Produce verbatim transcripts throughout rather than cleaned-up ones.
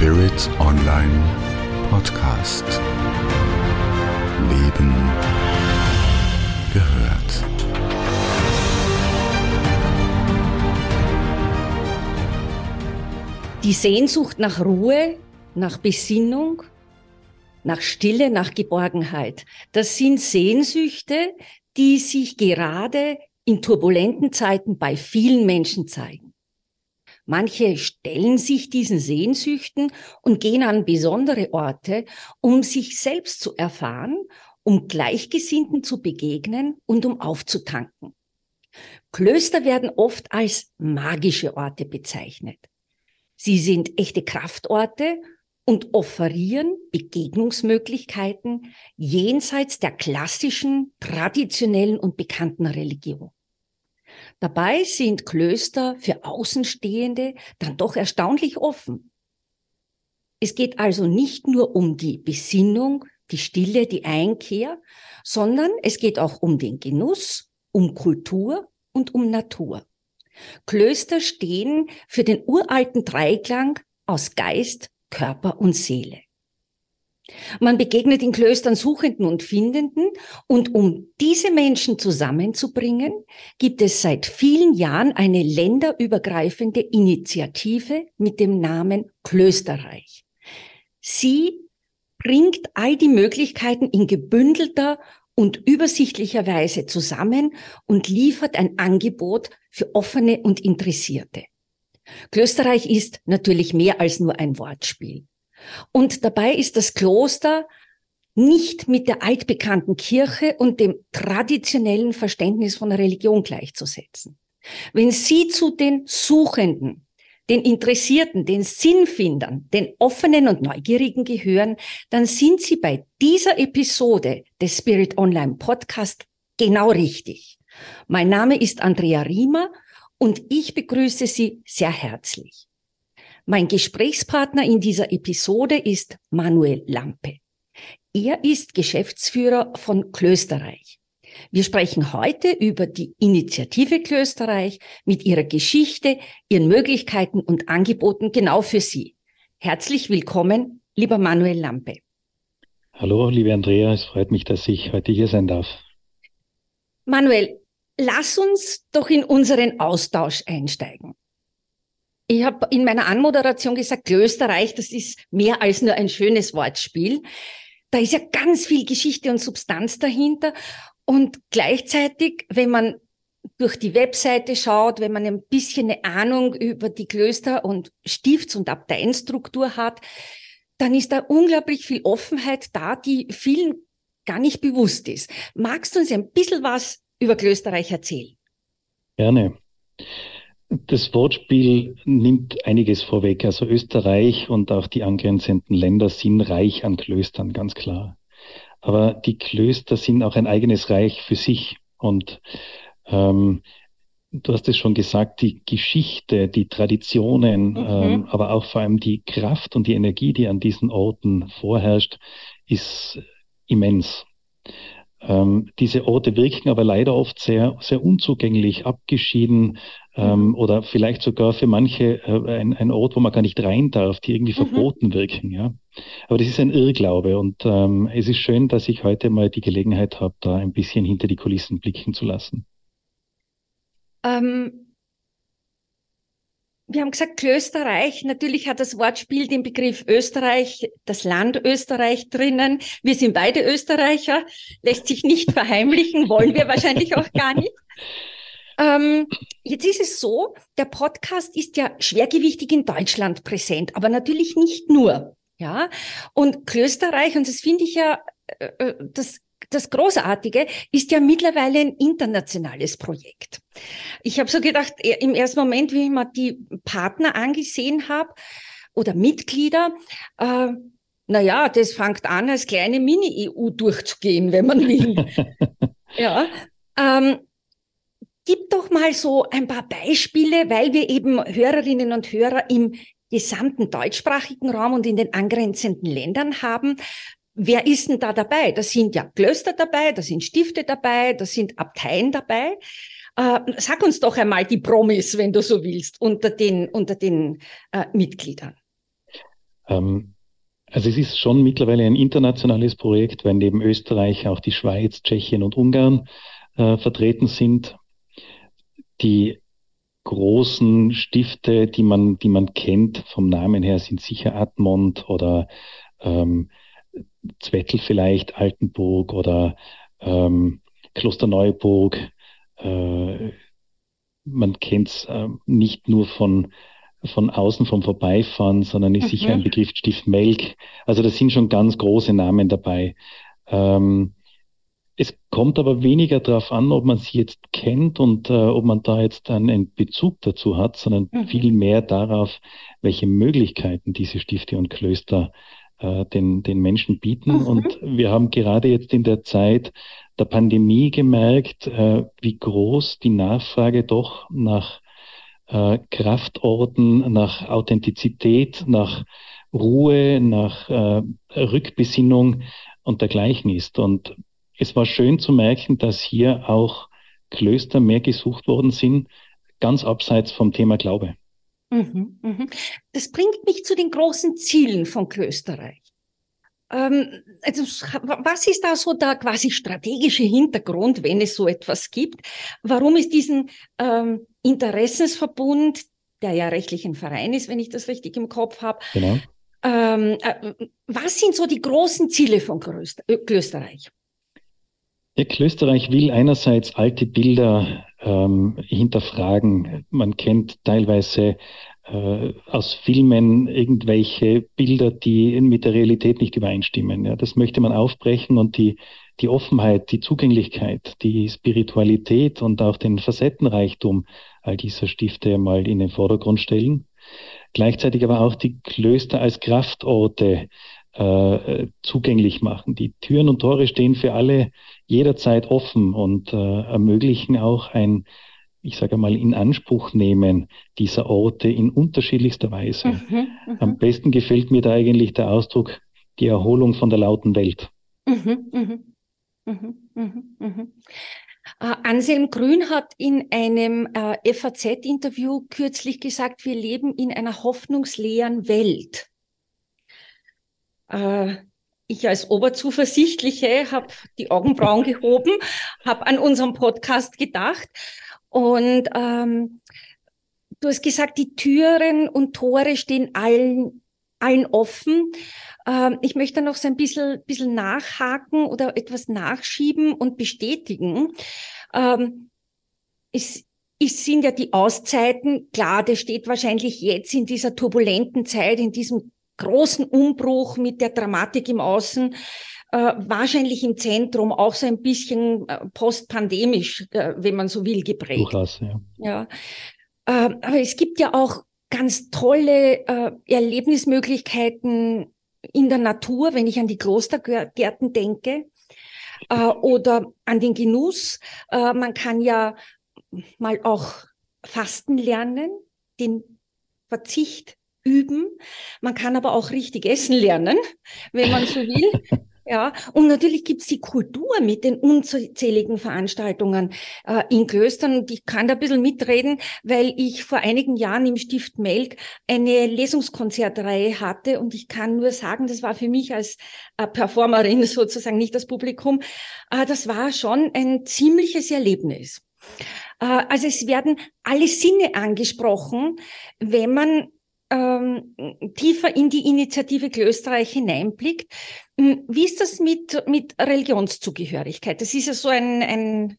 Spirit Online Podcast. Leben gehört. Die Sehnsucht nach Ruhe, nach Besinnung, nach Stille, nach Geborgenheit, das sind Sehnsüchte, die sich gerade in turbulenten Zeiten bei vielen Menschen zeigen. Manche stellen sich diesen Sehnsüchten und gehen an besondere Orte, um sich selbst zu erfahren, um Gleichgesinnten zu begegnen und um aufzutanken. Klöster werden oft als magische Orte bezeichnet. Sie sind echte Kraftorte und offerieren Begegnungsmöglichkeiten jenseits der klassischen, traditionellen und bekannten Religion. Dabei sind Klöster für Außenstehende dann doch erstaunlich offen. Es geht also nicht nur um die Besinnung, die Stille, die Einkehr, sondern es geht auch um den Genuss, um Kultur und um Natur. Klöster stehen für den uralten Dreiklang aus Geist, Körper und Seele. Man begegnet in Klöstern Suchenden und Findenden, und um diese Menschen zusammenzubringen, gibt es seit vielen Jahren eine länderübergreifende Initiative mit dem Namen Klösterreich. Sie bringt all die Möglichkeiten in gebündelter und übersichtlicher Weise zusammen und liefert ein Angebot für Offene und Interessierte. Klösterreich ist natürlich mehr als nur ein Wortspiel. Und dabei ist das Kloster nicht mit der altbekannten Kirche und dem traditionellen Verständnis von Religion gleichzusetzen. Wenn Sie zu den Suchenden, den Interessierten, den Sinnfindern, den Offenen und Neugierigen gehören, dann sind Sie bei dieser Episode des Spirit Online Podcast genau richtig. Mein Name ist Andrea Riemer und ich begrüße Sie sehr herzlich. Mein Gesprächspartner in dieser Episode ist Manuel Lampe. Er ist Geschäftsführer von Klösterreich. Wir sprechen heute über die Initiative Klösterreich mit ihrer Geschichte, ihren Möglichkeiten und Angeboten genau für Sie. Herzlich willkommen, lieber Manuel Lampe. Hallo, liebe Andrea, es freut mich, dass ich heute hier sein darf. Manuel, lass uns doch in unseren Austausch einsteigen. Ich habe in meiner Anmoderation gesagt, Klösterreich, das ist mehr als nur ein schönes Wortspiel. Da ist ja ganz viel Geschichte und Substanz dahinter. Und gleichzeitig, wenn man durch die Webseite schaut, wenn man ein bisschen eine Ahnung über die Klöster- und Stifts- und Abteienstruktur hat, dann ist da unglaublich viel Offenheit da, die vielen gar nicht bewusst ist. Magst du uns ein bisschen was über Klösterreich erzählen? Gerne. Das Wortspiel nimmt einiges vorweg. Also Österreich und auch die angrenzenden Länder sind reich an Klöstern, ganz klar. Aber die Klöster sind auch ein eigenes Reich für sich. Und ähm, du hast es schon gesagt, die Geschichte, die Traditionen, mhm. ähm, aber auch vor allem die Kraft und die Energie, die an diesen Orten vorherrscht, ist immens. Ähm, diese Orte wirken aber leider oft sehr, sehr unzugänglich, abgeschieden, ähm, mhm. oder vielleicht sogar für manche äh, ein, ein Ort, wo man gar nicht rein darf, die irgendwie mhm. verboten wirken, ja. Aber das ist ein Irrglaube, und ähm, es ist schön, dass ich heute mal die Gelegenheit habe, da ein bisschen hinter die Kulissen blicken zu lassen. Ähm, wir haben gesagt, Klösterreich, natürlich hat das Wortspiel den Begriff Österreich, das Land Österreich drinnen. Wir sind beide Österreicher, lässt sich nicht verheimlichen, wollen wir wahrscheinlich auch gar nicht. Ähm, jetzt ist es so, der Podcast ist ja schwergewichtig in Deutschland präsent, aber natürlich nicht nur. Ja, und Klösterreich, und das finde ich ja, äh, das Das Großartige, ist ja mittlerweile ein internationales Projekt. Ich habe so gedacht, im ersten Moment, wie ich mir die Partner angesehen habe oder Mitglieder, äh, naja, das fängt an, als kleine Mini-E U durchzugehen, wenn man will. ja, ähm, gib doch mal so ein paar Beispiele, weil wir eben Hörerinnen und Hörer im gesamten deutschsprachigen Raum und in den angrenzenden Ländern haben. Wer ist denn da dabei? Da sind ja Klöster dabei, da sind Stifte dabei, da sind Abteien dabei. Äh, sag uns doch einmal die Promis, wenn du so willst, unter den, unter den äh, Mitgliedern. Ähm, also es ist schon mittlerweile ein internationales Projekt, weil neben Österreich auch die Schweiz, Tschechien und Ungarn äh, vertreten sind. Die großen Stifte, die man, die man kennt vom Namen her, sind sicher Admont oder ähm, Zwettl vielleicht, Altenburg oder ähm, Klosterneuburg. Äh, man kennt es äh, nicht nur von, von außen vom Vorbeifahren, sondern ist sicher ein Mhm. Begriff Stift Melk. Also das sind schon ganz große Namen dabei. Ähm, Es kommt aber weniger darauf an, ob man sie jetzt kennt und äh, ob man da jetzt einen Bezug dazu hat, sondern Mhm. viel mehr darauf, welche Möglichkeiten diese Stifte und Klöster äh, den, den Menschen bieten. Und Mhm. wir haben gerade jetzt in der Zeit der Pandemie gemerkt, äh, wie groß die Nachfrage doch nach äh, Kraftorten, nach Authentizität, nach Ruhe, nach äh, Rückbesinnung und dergleichen ist. Und es war schön zu merken, dass hier auch Klöster mehr gesucht worden sind, ganz abseits vom Thema Glaube. Mhm. Mhm. Das bringt mich zu den großen Zielen von Klösterreich. Ähm, also, was ist da so der quasi strategische Hintergrund, wenn es so etwas gibt? Warum ist diesen ähm, Interessensverbund, der ja rechtlich ein Verein ist, wenn ich das richtig im Kopf habe, Genau. ähm, äh, was sind so die großen Ziele von Klöster, äh, Klösterreich? Ja, Klösterreich will einerseits alte Bilder ähm, hinterfragen. Man kennt teilweise äh, aus Filmen irgendwelche Bilder, die mit der Realität nicht übereinstimmen. Ja, das möchte man aufbrechen und die, die Offenheit, die Zugänglichkeit, die Spiritualität und auch den Facettenreichtum all dieser Stifte mal in den Vordergrund stellen. Gleichzeitig aber auch die Klöster als Kraftorte äh, zugänglich machen. Die Türen und Tore stehen für alle jederzeit offen und äh, ermöglichen auch ein, ich sage mal, in Anspruch nehmen dieser Orte in unterschiedlichster Weise. Mhm, Am mhm, besten gefällt mir da eigentlich der Ausdruck, die Erholung von der lauten Welt. mhm, mhm, mhm, mhm, mhm. Äh, Anselm Grün hat in einem äh, F A Z-Interview kürzlich gesagt, wir leben in einer hoffnungsleeren Welt. Äh, ich als Oberzuversichtliche habe die Augenbrauen gehoben, habe an unseren Podcast gedacht und ähm, du hast gesagt, die Türen und Tore stehen allen, allen offen. Ähm, ich möchte noch so ein bisschen, bisschen nachhaken oder etwas nachschieben und bestätigen. Ähm, es, es sind ja die Auszeiten, klar, das steht wahrscheinlich jetzt in dieser turbulenten Zeit, in diesem großen Umbruch mit der Dramatik im Außen, äh, wahrscheinlich im Zentrum, auch so ein bisschen äh, postpandemisch, äh, wenn man so will, geprägt. Durchaus, ja. Ja. Ähm, aber es gibt ja auch ganz tolle äh, Erlebnismöglichkeiten in der Natur, wenn ich an die Klostergärten denke, äh, oder an den Genuss. Äh, man kann ja mal auch fasten lernen, den Verzicht üben. Man kann aber auch richtig essen lernen, wenn man so will. Ja, und natürlich gibt's die Kultur mit den unzähligen Veranstaltungen äh, in Klöstern. Und ich kann da ein bisschen mitreden, weil ich vor einigen Jahren im Stift Melk eine Lesungskonzertreihe hatte. Und ich kann nur sagen, das war für mich als äh, Performerin sozusagen, nicht das Publikum, äh, das war schon ein ziemliches Erlebnis. Äh, also es werden alle Sinne angesprochen, wenn man ähm, tiefer in die Initiative Klösterreich hineinblickt. Hm, wie ist das mit, mit Religionszugehörigkeit? Das ist ja so ein, ein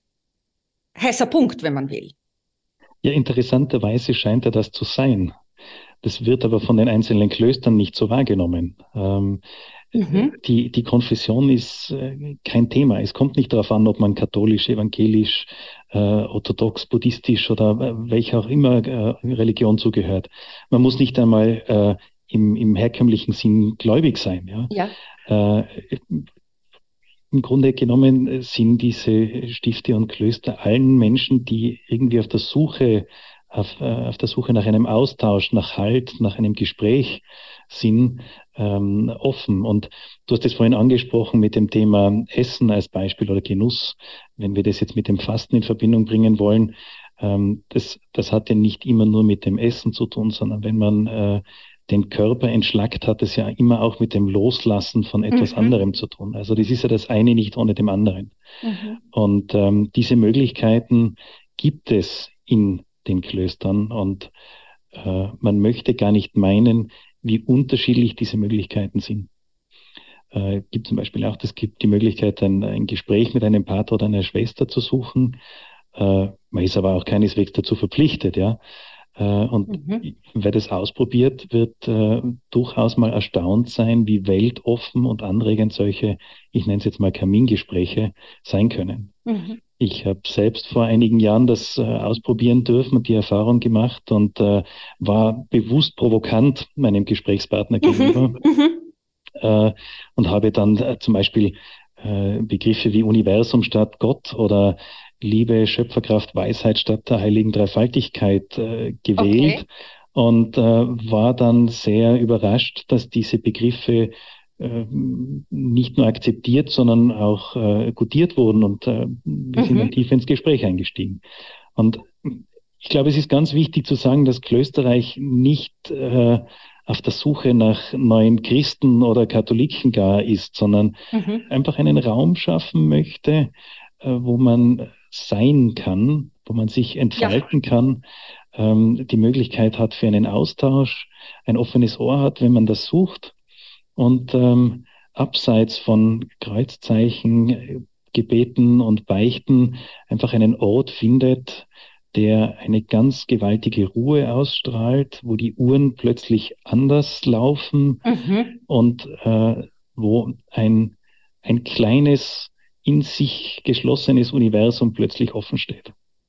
heißer Punkt, wenn man will. Ja, interessanterweise scheint er das zu sein. Das wird aber von den einzelnen Klöstern nicht so wahrgenommen. Ähm, Mhm. die, die Konfession ist äh, kein Thema. Es kommt nicht darauf an, ob man katholisch, evangelisch, äh, orthodox, buddhistisch oder äh, welcher auch immer äh, Religion zugehört. Man muss nicht einmal äh, im, im herkömmlichen Sinn gläubig sein. Ja. Ja? Äh, Im Grunde genommen sind diese Stifte und Klöster allen Menschen, die irgendwie auf der Suche, auf, äh, auf der Suche nach einem Austausch, nach Halt, nach einem Gespräch sind, ähm, offen. Und du hast es vorhin angesprochen mit dem Thema Essen als Beispiel oder Genuss. Wenn wir das jetzt mit dem Fasten in Verbindung bringen wollen, ähm, das, das hat ja nicht immer nur mit dem Essen zu tun, sondern wenn man äh, den Körper entschlackt, hat es ja immer auch mit dem Loslassen von etwas Mhm. anderem zu tun. Also das ist ja das eine nicht ohne dem anderen. Mhm. Und ähm, diese Möglichkeiten gibt es in den Klöstern und äh, man möchte gar nicht meinen, wie unterschiedlich diese Möglichkeiten sind. Äh, gibt zum Beispiel auch, es gibt die Möglichkeit, ein, ein Gespräch mit einem Pater oder einer Schwester zu suchen. Äh, man ist aber auch keineswegs dazu verpflichtet, ja. Äh, und Mhm. wer das ausprobiert, wird äh, durchaus mal erstaunt sein, wie weltoffen und anregend solche, ich nenne es jetzt mal Kamingespräche, sein können. Mhm. Ich habe selbst vor einigen Jahren das äh, ausprobieren dürfen und die Erfahrung gemacht und äh, war bewusst provokant meinem Gesprächspartner gegenüber Mhm. Mhm. äh, und habe dann äh, zum Beispiel äh, Begriffe wie Universum statt Gott oder Liebe, Schöpferkraft, Weisheit statt der heiligen Dreifaltigkeit äh, gewählt Okay. und äh, war dann sehr überrascht, dass diese Begriffe äh, nicht nur akzeptiert, sondern auch äh, gutiert wurden und äh, wir sind dann Mhm. tief ins Gespräch eingestiegen. Und ich glaube, es ist ganz wichtig zu sagen, dass Klösterreich nicht äh, auf der Suche nach neuen Christen oder Katholiken gar ist, sondern Mhm. einfach einen Raum schaffen möchte, äh, wo man sein kann, wo man sich Ja. entfalten kann, ähm, die Möglichkeit hat für einen Austausch, ein offenes Ohr hat, wenn man das sucht und ähm, abseits von Kreuzzeichen, äh, Gebeten und Beichten einfach einen Ort findet, der eine ganz gewaltige Ruhe ausstrahlt, wo die Uhren plötzlich anders laufen Mhm. und äh, wo ein, ein kleines, in sich geschlossenes Universum plötzlich offen steht.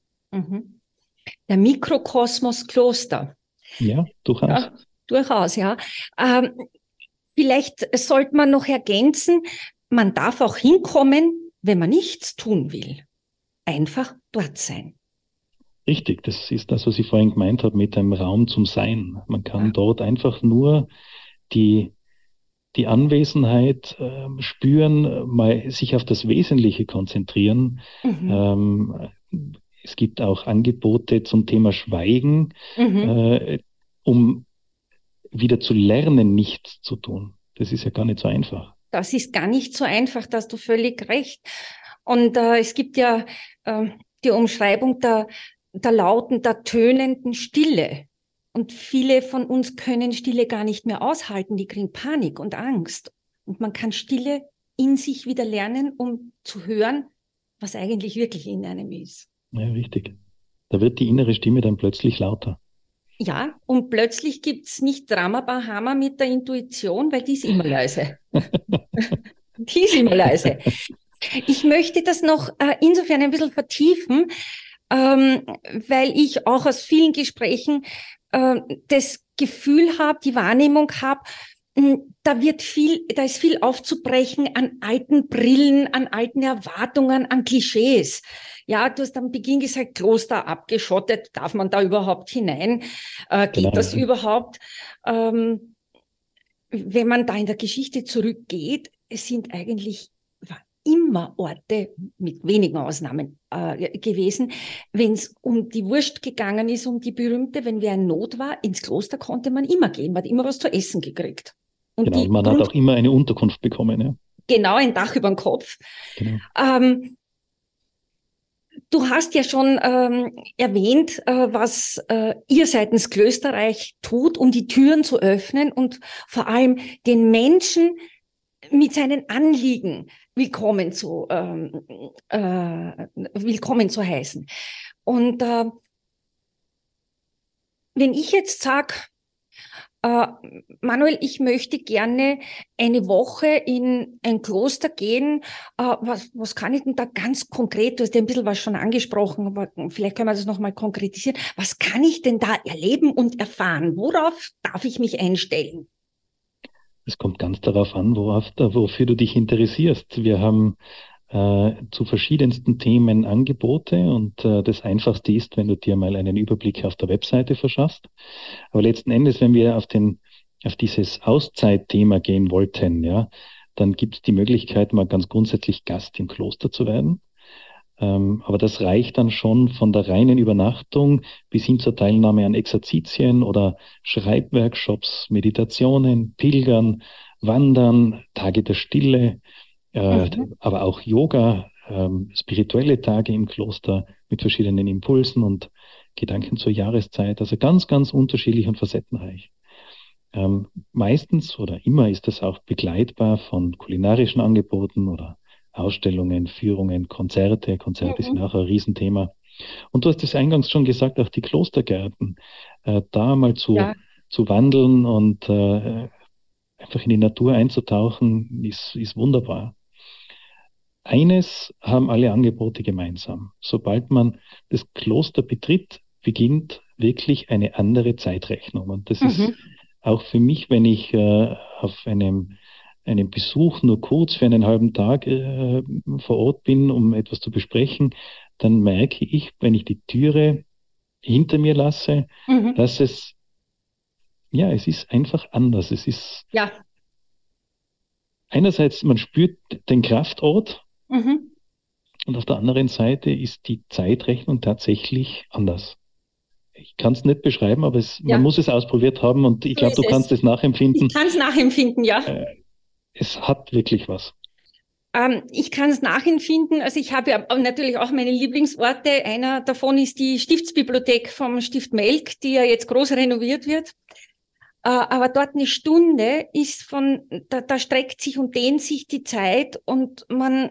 Mhm. Der Mikrokosmos Kloster. Ja, durchaus. Ja, durchaus, ja. Ähm, vielleicht sollte man noch ergänzen, man darf auch hinkommen, wenn man nichts tun will. Einfach dort sein. Richtig, das ist das, was ich vorhin gemeint habe mit einem Raum zum Sein. Man kann Ja. dort einfach nur die, die Anwesenheit ähm, spüren, äh, mal sich auf das Wesentliche konzentrieren. Mhm. Ähm, es gibt auch Angebote zum Thema Schweigen, Mhm. äh, um wieder zu lernen, nichts zu tun. Das ist ja gar nicht so einfach. Das ist gar nicht so einfach, da hast du völlig recht. Und äh, es gibt ja äh, die Umschreibung der, der lauten, der tönenden Stille. Und viele von uns können Stille gar nicht mehr aushalten. Die kriegen Panik und Angst. Und man kann Stille in sich wieder lernen, um zu hören, was eigentlich wirklich in einem ist. Ja, richtig. Da wird die innere Stimme dann plötzlich lauter. Ja, und plötzlich gibt's nicht Drama Bahama mit der Intuition, weil die ist immer leise. Die ist immer leise. Ich möchte das noch äh, insofern ein bisschen vertiefen, ähm, weil ich auch aus vielen Gesprächen äh, das Gefühl habe, die Wahrnehmung habe, mh, da wird viel, da ist viel aufzubrechen an alten Brillen, an alten Erwartungen, an Klischees. Ja, du hast am Beginn gesagt, Kloster abgeschottet, darf man da überhaupt hinein? Äh, geht Genau. das überhaupt? Ähm, wenn man da in der Geschichte zurückgeht, es sind eigentlich immer Orte, mit wenigen Ausnahmen äh, gewesen, wenn es um die Wurst gegangen ist, um die berühmte, wenn wer in Not war, ins Kloster konnte man immer gehen, man hat immer was zu essen gekriegt. Und Genau. Und die man hat berühmt auch immer eine Unterkunft bekommen, ja. genau ein Dach über dem Kopf. Genau. Ähm, du hast ja schon ähm, erwähnt, äh, was äh, ihr seitens Klösterreich tut, um die Türen zu öffnen und vor allem den Menschen mit seinen Anliegen willkommen zu, ähm, äh, willkommen zu heißen. Und äh, wenn ich jetzt sage, äh, Manuel, ich möchte gerne eine Woche in ein Kloster gehen, äh, was, was kann ich denn da ganz konkret, du hast ja ein bisschen was schon angesprochen, aber vielleicht können wir das nochmal konkretisieren. Was kann ich denn da erleben und erfahren? Worauf darf ich mich einstellen? Es kommt ganz darauf an, worauf, wofür du dich interessierst. Wir haben äh, zu verschiedensten Themen Angebote und äh, das Einfachste ist, wenn du dir mal einen Überblick auf der Webseite verschaffst. Aber letzten Endes, wenn wir auf den, auf dieses Auszeitthema gehen wollten, ja, dann gibt es die Möglichkeit, mal ganz grundsätzlich Gast im Kloster zu werden. Ähm, aber das reicht dann schon von der reinen Übernachtung bis hin zur Teilnahme an Exerzitien oder Schreibworkshops, Meditationen, Pilgern, Wandern, Tage der Stille, äh, Mhm. aber auch Yoga, ähm, spirituelle Tage im Kloster mit verschiedenen Impulsen und Gedanken zur Jahreszeit. Also ganz, ganz unterschiedlich und facettenreich. Ähm, meistens oder immer ist das auch begleitbar von kulinarischen Angeboten oder Ausstellungen, Führungen, Konzerte. Konzerte sind Mhm. auch ein Riesenthema. Und du hast es eingangs schon gesagt, auch die Klostergärten, äh, da mal zu, Ja. zu wandeln und äh, einfach in die Natur einzutauchen, ist, ist wunderbar. Eines haben alle Angebote gemeinsam. Sobald man das Kloster betritt, beginnt wirklich eine andere Zeitrechnung. Und das ist Mhm. auch für mich, wenn ich äh, auf einem, einem Besuch nur kurz für einen halben Tag äh, vor Ort bin, um etwas zu besprechen, dann merke ich, wenn ich die Türe hinter mir lasse, Mhm. dass es, ja, es ist einfach anders. Es ist Ja. einerseits, man spürt den Kraftort, Mhm. und auf der anderen Seite ist die Zeitrechnung tatsächlich anders. Ich kann es nicht beschreiben, aber es, man Ja, muss es ausprobiert haben und ich so glaube, ist du kannst es. es Ich nachempfinden. kann es nachempfinden, ja. Äh, Es hat wirklich was. Ähm, ich kann es nachempfinden. Also ich habe ja natürlich auch meine Lieblingsorte. Einer davon ist die Stiftsbibliothek vom Stift Melk, die ja jetzt groß renoviert wird. Äh, aber dort eine Stunde ist von, da, da streckt sich und dehnt sich die Zeit und man,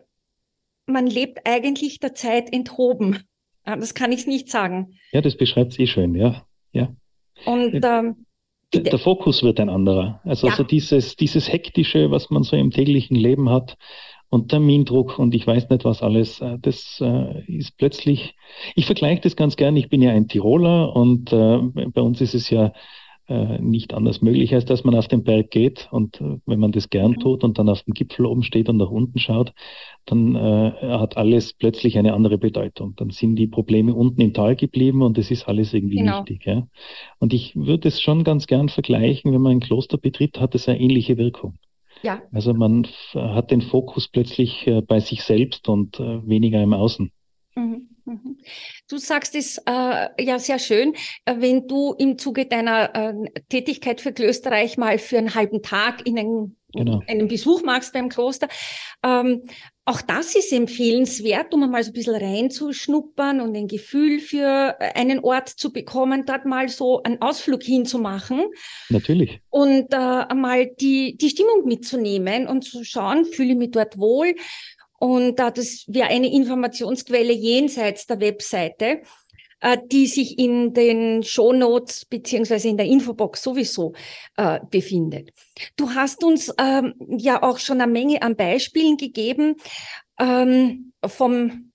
man lebt eigentlich der Zeit enthoben. Äh, das kann ich nicht sagen. Ja, das beschreibt es eh schön, ja. Ja. Und ähm, Der, der bitte, Fokus wird ein anderer. Also so ja. dieses, dieses Hektische, was man so im täglichen Leben hat und Termindruck und ich weiß nicht was alles, äh, das äh, ist plötzlich, ich vergleiche das ganz gern, ich bin ja ein Tiroler und äh, bei uns ist es ja äh, nicht anders möglich, als dass man auf den Berg geht und äh, wenn man das gern Mhm. tut und dann auf dem Gipfel oben steht und nach unten schaut, dann äh, hat alles plötzlich eine andere Bedeutung. Dann sind die Probleme unten im Tal geblieben und es ist alles irgendwie Genau. nichtig. Ja? Und ich würde es schon ganz gern vergleichen, wenn man ein Kloster betritt, hat es eine ähnliche Wirkung. Ja. Also man f- hat den Fokus plötzlich äh, bei sich selbst und äh, weniger im Außen. Mhm, mhm. Du sagst es äh, ja sehr schön, äh, wenn du im Zuge deiner äh, Tätigkeit für Klösterreich mal für einen halben Tag in einen, Genau. einen Besuch machst beim Kloster. Ähm, auch das ist empfehlenswert, um mal so ein bisschen reinzuschnuppern und ein Gefühl für einen Ort zu bekommen, dort mal so einen Ausflug hinzumachen Natürlich. und äh, mal die, die Stimmung mitzunehmen und zu schauen, fühle ich mich dort wohl. Und äh, das wäre eine Informationsquelle jenseits der Webseite, äh, die sich in den Shownotes beziehungsweise in der Infobox sowieso äh, befindet. Du hast uns ähm, ja auch schon eine Menge an Beispielen gegeben ähm, vom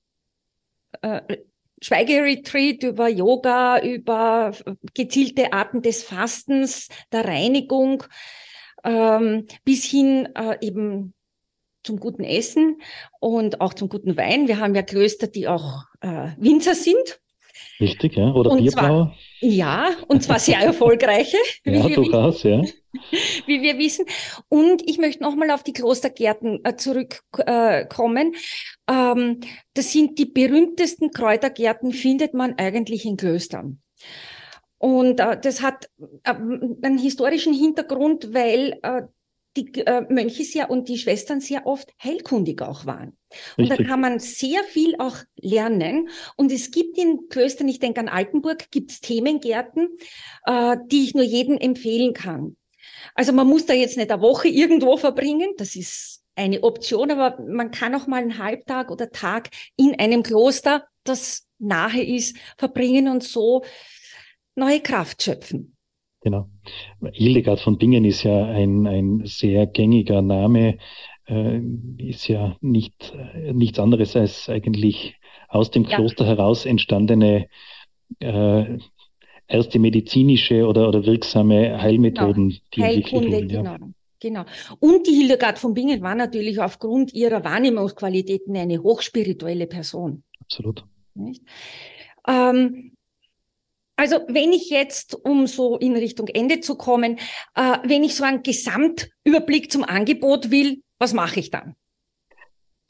äh, Schweigeretreat über Yoga, über gezielte Arten des Fastens, der Reinigung, ähm, bis hin äh, eben zum guten Essen und auch zum guten Wein. Wir haben ja Klöster, die auch äh, Winzer sind. Richtig, ja. Oder Und zwar, Bierbrauer. ja, und zwar sehr erfolgreiche, wie Ja, wir wissen. durchaus, ja. Wie wir wissen. Und ich möchte nochmal auf die Klostergärten äh, zurückkommen. Äh, ähm, das sind die berühmtesten Kräutergärten, findet man eigentlich in Klöstern. Und äh, das hat äh, einen historischen Hintergrund, weil äh, die äh, Mönche sehr und die Schwestern sehr oft heilkundig auch waren. Und da Richtig. kann man sehr viel auch lernen. Und es gibt in Klöstern, ich denke an Altenburg, gibt es Themengärten, äh, die ich nur jedem empfehlen kann. Also man muss da jetzt nicht eine Woche irgendwo verbringen, das ist eine Option, aber man kann auch mal einen Halbtag oder Tag in einem Kloster, das nahe ist, verbringen und so neue Kraft schöpfen. Genau. Hildegard von Bingen ist ja ein, ein sehr gängiger Name, äh, ist ja nicht, äh, nichts anderes als eigentlich aus dem Ja, Kloster heraus entstandene äh, erste medizinische oder, oder wirksame genau. Heilmethoden, die entwickelt Heilkunde, wurden. Ja, genau. Genau. Und die Hildegard von Bingen war natürlich aufgrund ihrer Wahrnehmungsqualitäten eine hochspirituelle Person. absolut. Nicht? Ähm, Also wenn ich jetzt, um so in Richtung Ende zu kommen, äh, wenn ich so einen Gesamtüberblick zum Angebot will, was mache ich dann?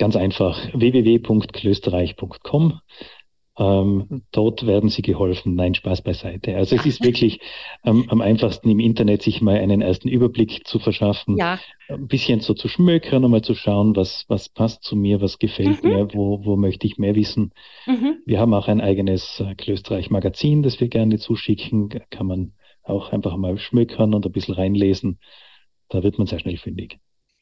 Ganz einfach, w w w punkt klösterreich punkt com. Ähm, dort werden Sie geholfen. Nein, Spaß beiseite. Also es ist wirklich ähm, am einfachsten im Internet, sich mal einen ersten Überblick zu verschaffen, Ja. ein bisschen so zu schmökern und mal zu schauen, was, was passt zu mir, was gefällt Mhm. mir, wo, wo möchte ich mehr wissen. Mhm. Wir haben auch ein eigenes äh, Klösterreich-Magazin, das wir gerne zuschicken. Kann man auch einfach mal schmökern und ein bisschen reinlesen. Da wird man sehr schnell fündig.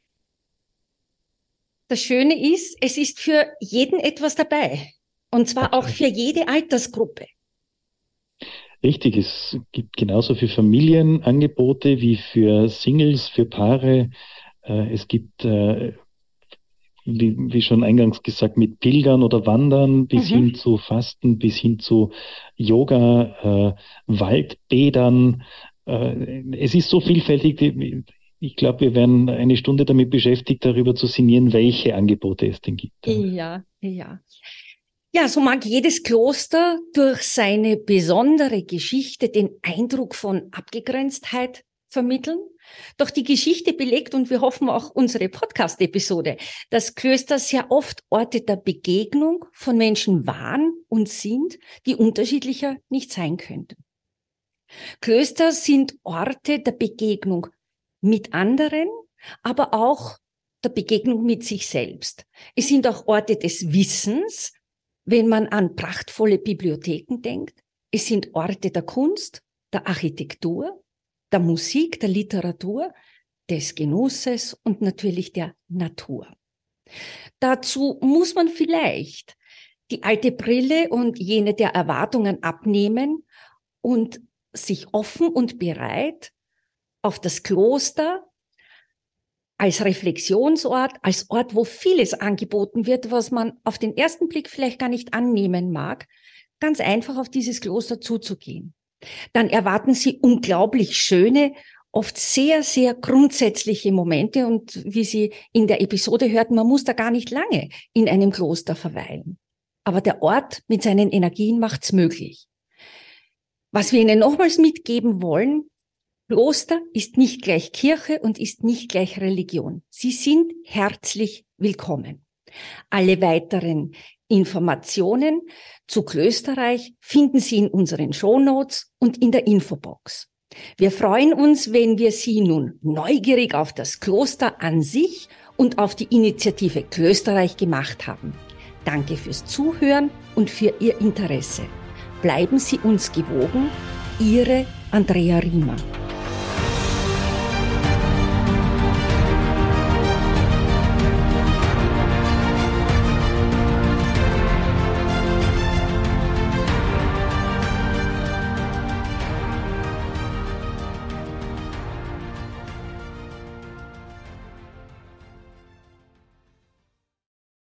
Das Schöne ist, es ist für jeden etwas dabei. Und zwar Absolut. auch für jede Altersgruppe. Richtig, es gibt genauso für Familienangebote wie für Singles, für Paare. Äh, es gibt, äh, wie, wie schon eingangs gesagt, mit Pilgern oder Wandern bis Mhm. hin zu Fasten, bis hin zu Yoga, äh, Waldbädern. Äh, es ist so vielfältig. Die, ich glaube, wir werden eine Stunde damit beschäftigt, darüber zu sinnieren, welche Angebote es denn gibt. Ja, ja. Ja, so mag jedes Kloster durch seine besondere Geschichte den Eindruck von Abgegrenztheit vermitteln. Doch die Geschichte belegt, und wir hoffen auch unsere Podcast-Episode, dass Klöster sehr oft Orte der Begegnung von Menschen waren und sind, die unterschiedlicher nicht sein könnten. Klöster sind Orte der Begegnung mit anderen, aber auch der Begegnung mit sich selbst. Es sind auch Orte des Wissens, wenn man an prachtvolle Bibliotheken denkt. Es sind Orte der Kunst, der Architektur, der Musik, der Literatur, des Genusses und natürlich der Natur. Dazu muss man vielleicht die alte Brille und jene der Erwartungen abnehmen und sich offen und bereit auf das Kloster als Reflexionsort, als Ort, wo vieles angeboten wird, was man auf den ersten Blick vielleicht gar nicht annehmen mag, ganz einfach auf dieses Kloster zuzugehen. Dann erwarten Sie unglaublich schöne, oft sehr, sehr grundsätzliche Momente. Und wie Sie in der Episode hörten, man muss da gar nicht lange in einem Kloster verweilen. Aber der Ort mit seinen Energien macht's möglich. Was wir Ihnen nochmals mitgeben wollen: Kloster ist nicht gleich Kirche und ist nicht gleich Religion. Sie sind herzlich willkommen. Alle weiteren Informationen zu Klösterreich finden Sie in unseren Shownotes und in der Infobox. Wir freuen uns, wenn wir Sie nun neugierig auf das Kloster an sich und auf die Initiative Klösterreich gemacht haben. Danke fürs Zuhören und für Ihr Interesse. Bleiben Sie uns gewogen. Ihre Andrea Riemer.